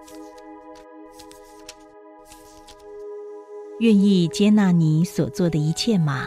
愿意接纳你所做的一切吗？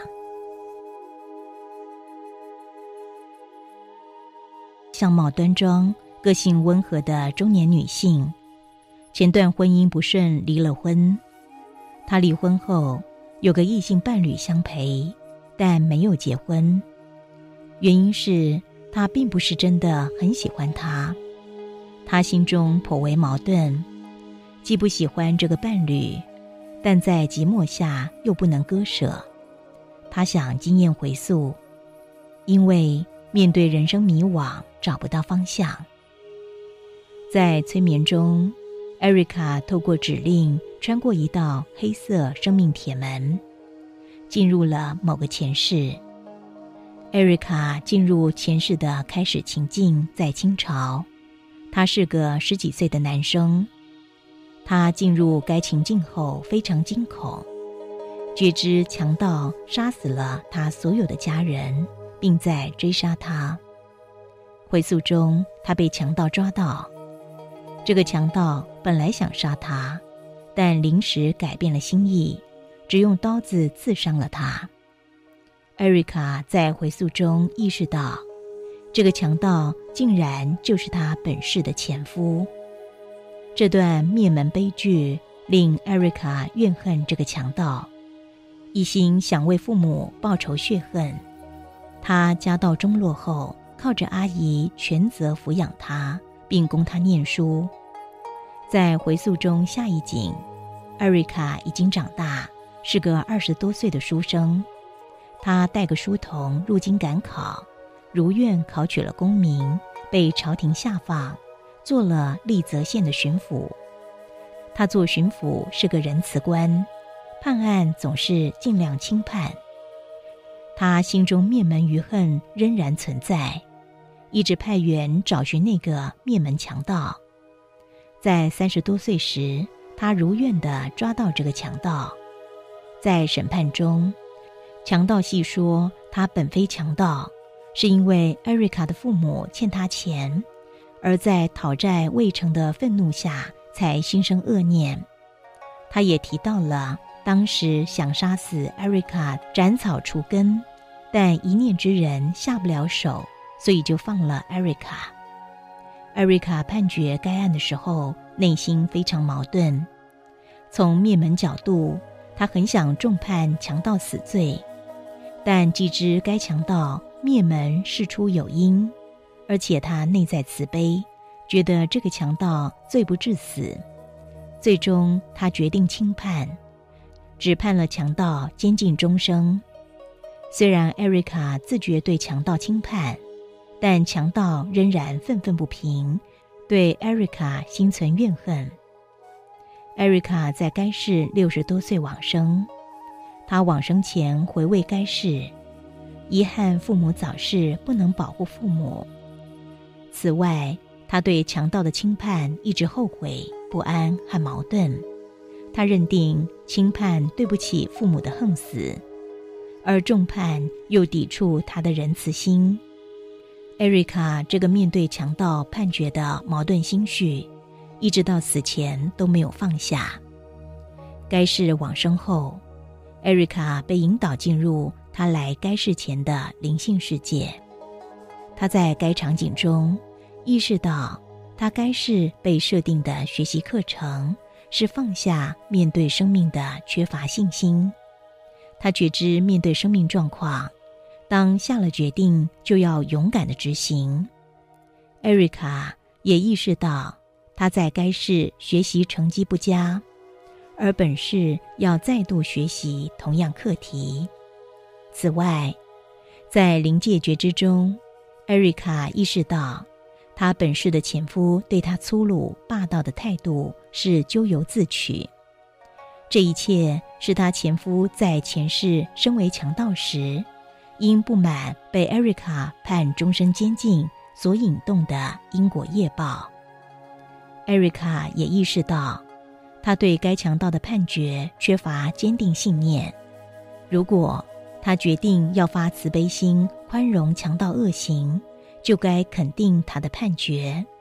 相貌端庄、个性温和的中年女性，前段婚姻不顺，离了婚。她离婚后有个异性伴侣相陪，但没有结婚。原因是她并不是真的很喜欢他，她心中颇为矛盾，既不喜欢这个伴侣，但在寂寞下又不能割舍。她想经验回溯，因为面对人生迷惘，找不到方向。在催眠中，艾瑞卡透过指令穿过一道黑色生命铁门，进入了某个前世。艾瑞卡进入前世的开始情境在清朝，他是个10几岁的男生。他进入该情境后非常惊恐，觉知强盗杀死了他所有的家人，并在追杀他。回溯中，他被强盗抓到。这个强盗本来想杀他，但临时改变了心意，只用刀子刺伤了他。艾瑞卡在回溯中意识到，这个强盗竟然就是他本世的前夫。这段灭门悲剧令艾瑞卡怨恨这个强盗，一心想为父母报仇血恨。他家道中落后，靠着阿姨全责抚养他，并供他念书。在回溯中下一景，艾瑞卡已经长大，是个20多岁的书生。他带个书童入京赶考，如愿考取了功名，被朝廷下放，做了丽泽县的巡抚。他做巡抚是个仁慈官，判案总是尽量轻判。他心中灭门余恨仍然存在，一直派员找寻那个灭门强盗。在30多岁时，他如愿地抓到这个强盗。在审判中，强盗细说他本非强盗，是因为艾瑞卡的父母欠他钱，而在讨债未成的愤怒下才心生恶念。他也提到了当时想杀死艾瑞卡斩草除根，但一念之人下不了手，所以就放了艾瑞卡。艾瑞卡判决该案的时候，内心非常矛盾。从灭门角度，他很想重判强盗死罪，但既知该强盗灭门事出有因，而且他内在慈悲，觉得这个强盗罪不至死。最终他决定轻判，只判了强盗监禁终生。虽然艾瑞卡自觉对强盗轻判，但强盗仍然愤愤不平，对艾瑞卡心存怨恨。艾瑞卡在该世60多岁往生，他往生前回味该世，遗憾父母早逝，不能保护父母。此外，他对强盗的轻判一直后悔、不安和矛盾。他认定轻判对不起父母的横死，而重判又抵触他的仁慈心。艾瑞卡这个面对强盗判决的矛盾心绪，一直到死前都没有放下。该世往生后，艾瑞卡被引导进入他来该世前的灵性世界。他在该场景中意识到，他该世被设定的学习课程是放下面对生命的缺乏信心。他觉知面对生命状况，当下了决定就要勇敢地执行。艾瑞卡也意识到，他在该世学习成绩不佳，而本世要再度学习同样课题。此外，在灵界觉知中，艾瑞卡意识到，他本世的前夫对他粗鲁霸道的态度是咎由自取。这一切是他前夫在前世身为强盗时，因不满被艾瑞卡判终身监禁所引动的因果业报。艾瑞卡也意识到，他对该强盗的判决缺乏坚定信念。如果他决定要发慈悲心，宽容强盗恶行，就该肯定他的判决，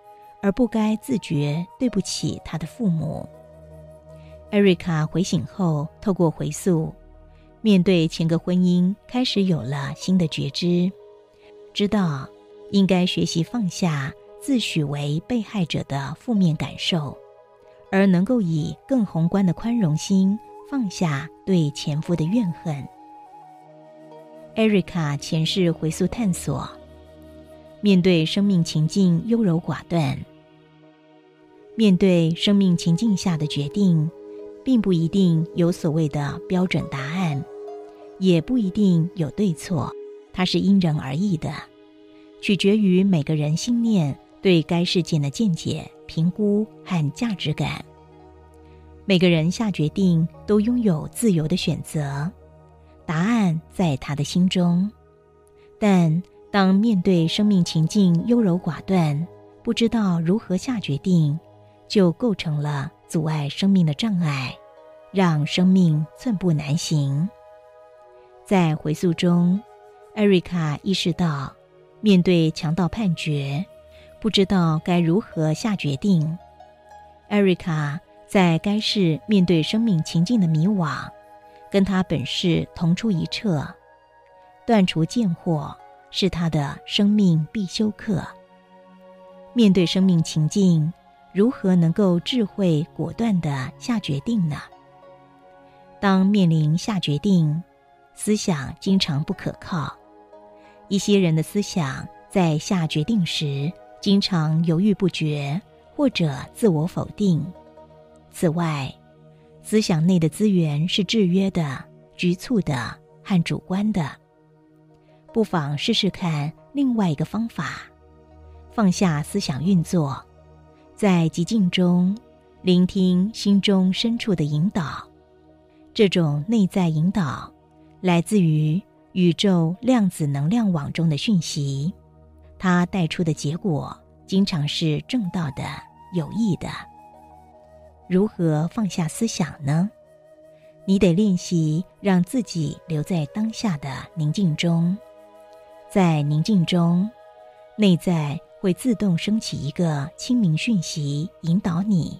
而不该自觉对不起他的父母。艾瑞卡回醒后，透过回溯，面对前个婚姻开始有了新的觉知，知道应该学习放下自诩为被害者的负面感受，而能够以更宏观的宽容心放下对前夫的怨恨。艾瑞卡前世回溯探索，面对生命情境优柔寡断。面对生命情境下的决定，并不一定有所谓的标准答案，也不一定有对错，它是因人而异的，取决于每个人心念对该事件的见解、评估和价值感。每个人下决定都拥有自由的选择，答案在他的心中。但当面对生命情境优柔寡断，不知道如何下决定，就构成了阻碍生命的障碍，让生命寸步难行。在回溯中，艾瑞卡意识到，面对强盗判决，不知道该如何下决定。艾瑞卡在该世面对生命情境的迷惘，跟他本世同出一辙，断除贱货是他的生命必修课。面对生命情境，如何能够智慧果断地下决定呢？当面临下决定，思想经常不可靠。一些人的思想在下决定时，经常犹豫不决，或者自我否定。此外，思想内的资源是制约的、局促的和主观的。不妨试试看另外一个方法，放下思想运作，在寂静中聆听心中深处的引导。这种内在引导来自于宇宙量子能量网中的讯息，它带出的结果经常是正道的、有益的。如何放下思想呢？你得练习让自己留在当下的宁静中，在宁静中，内在会自动升起一个清明讯息，引导你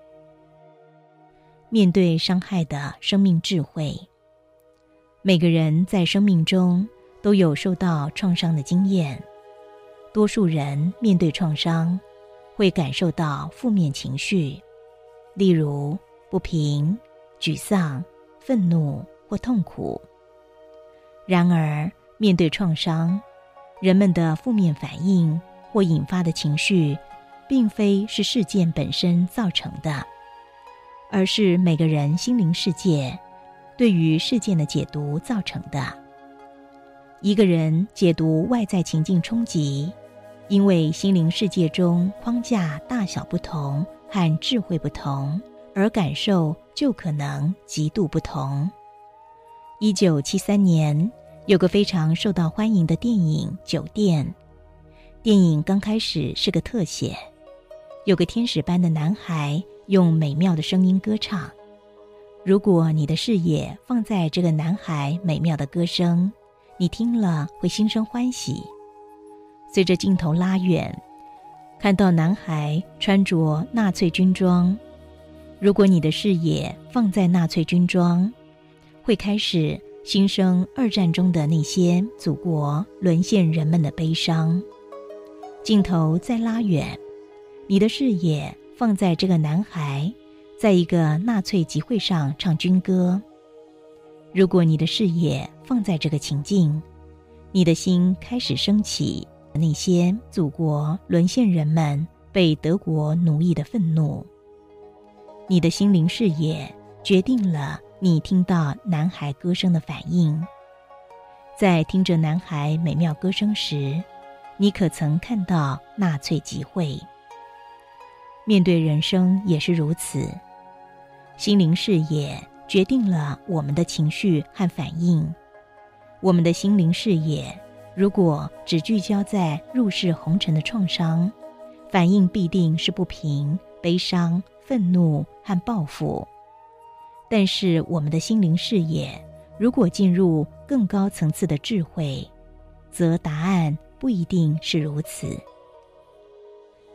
面对伤害的生命智慧。每个人在生命中都有受到创伤的经验，多数人面对创伤会感受到负面情绪，例如不平、沮丧、愤怒或痛苦。然而，面对创伤，人们的负面反应或引发的情绪，并非是事件本身造成的，而是每个人心灵世界对于事件的解读造成的。一个人解读外在情境冲击，因为心灵世界中框架大小不同和智慧不同，而感受就可能极度不同。1973年，有个非常受到欢迎的电影《酒店》。电影刚开始是个特写，有个天使般的男孩用美妙的声音歌唱。如果你的视野放在这个男孩美妙的歌声，你听了会心生欢喜。随着镜头拉远，看到男孩穿着纳粹军装。如果你的视野放在纳粹军装，会开始心生二战中的那些祖国沦陷人们的悲伤。镜头再拉远，你的视野放在这个男孩在一个纳粹集会上唱军歌。如果你的视野放在这个情境，你的心开始升起那些祖国沦陷人们被德国奴役的愤怒。你的心灵视野决定了你听到男孩歌声的反应。在听着男孩美妙歌声时，你可曾看到纳粹集会？面对人生也是如此，心灵视野决定了我们的情绪和反应。我们的心灵视野如果只聚焦在入世红尘的创伤，反应必定是不平、悲伤、愤怒和报复。但是我们的心灵视野如果进入更高层次的智慧，则答案不一定是如此。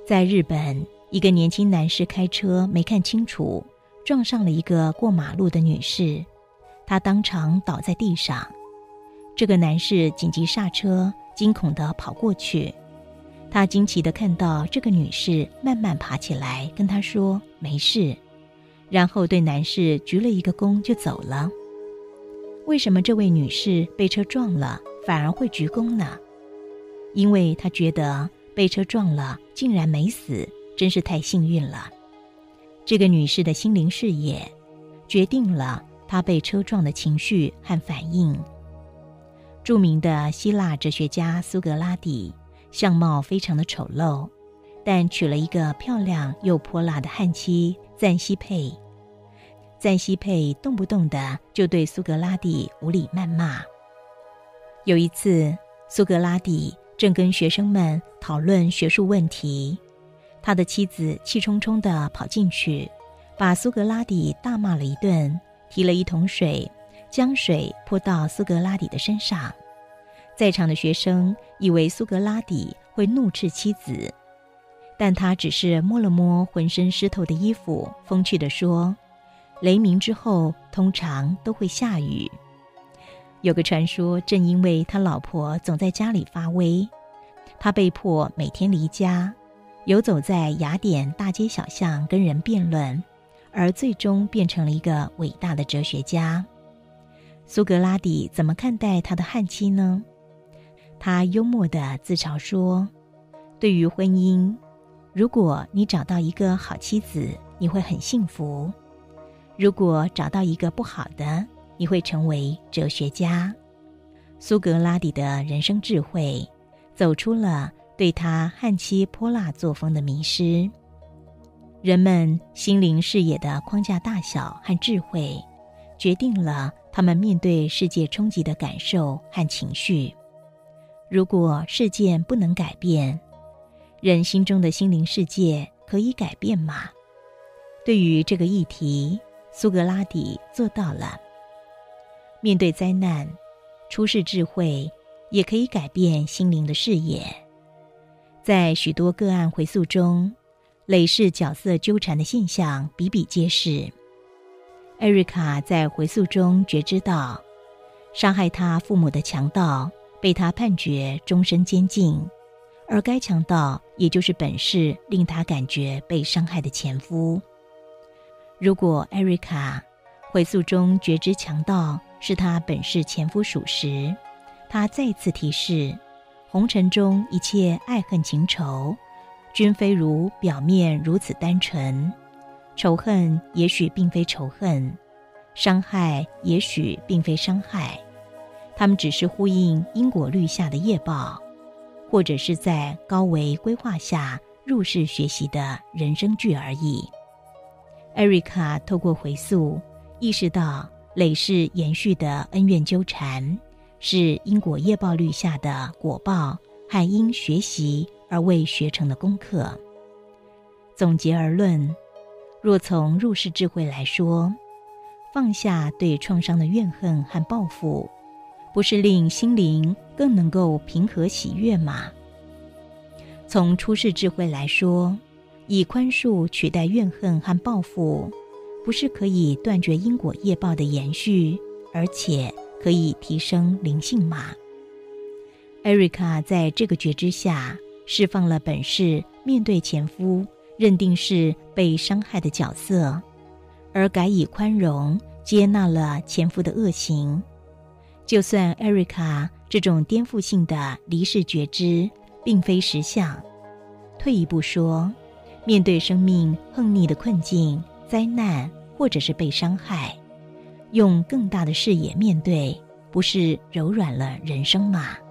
在日本，一个年轻男士开车没看清楚，撞上了一个过马路的女士，他当场倒在地上。这个男士紧急刹车，惊恐地跑过去。他惊奇地看到这个女士慢慢爬起来，跟他说没事，然后对男士鞠了一个躬就走了。为什么这位女士被车撞了反而会鞠躬呢？因为她觉得被车撞了竟然没死，真是太幸运了。这个女士的心灵视野决定了她被车撞的情绪和反应。著名的希腊哲学家苏格拉底相貌非常的丑陋，但娶了一个漂亮又泼辣的悍妻赞西佩。赞西佩动不动的就对苏格拉底无理谩骂。有一次，苏格拉底正跟学生们讨论学术问题，他的妻子气冲冲地跑进去，把苏格拉底大骂了一顿，提了一桶水，将水泼到苏格拉底的身上。在场的学生以为苏格拉底会怒斥妻子，但他只是摸了摸浑身湿透的衣服，风趣地说：雷鸣之后通常都会下雨。有个传说，正因为他老婆总在家里发威，他被迫每天离家，游走在雅典大街小巷跟人辩论，而最终变成了一个伟大的哲学家。苏格拉底怎么看待他的悍妻呢？他幽默地自嘲说：对于婚姻，如果你找到一个好妻子，你会很幸福；如果找到一个不好的，你会成为哲学家。苏格拉底的人生智慧走出了对他悍妻泼辣作风的迷失。人们心灵视野的框架大小和智慧决定了他们面对世界冲击的感受和情绪。如果事件不能改变，人心中的心灵世界可以改变吗？对于这个议题，苏格拉底做到了。面对灾难，出世智慧也可以改变心灵的视野。在许多个案回溯中，累世角色纠缠的现象比比皆是。艾瑞卡在回溯中觉知到，伤害她父母的强盗被她判决终身监禁，而该强盗也就是本是令她感觉被伤害的前夫。如果艾瑞卡回溯中觉知强盗是她本是前夫属实，她再次提示，红尘中一切爱恨情仇均非如表面如此单纯，仇恨也许并非仇恨，伤害也许并非伤害，它们只是呼应因果律下的业报，或者是在高维规划下入世学习的人生剧而已。艾瑞卡透过回溯意识到累世延续的恩怨纠缠是因果业报律下的果报和因学习而未学成的功课。总结而论，若从入世智慧来说，放下对创伤的怨恨和报复，不是令心灵更能够平和喜悦吗？从出世智慧来说，以宽恕取代怨恨和报复，不是可以断绝因果业报的延续，而且可以提升灵性吗？艾瑞卡在这个觉知下，释放了本是面对前夫认定是被伤害的角色，而改以宽容接纳了前夫的恶行。就算艾瑞卡这种颠覆性的离世觉知并非实相，退一步说，面对生命横逆的困境、灾难或者是被伤害，用更大的视野面对，不是柔软了人生吗？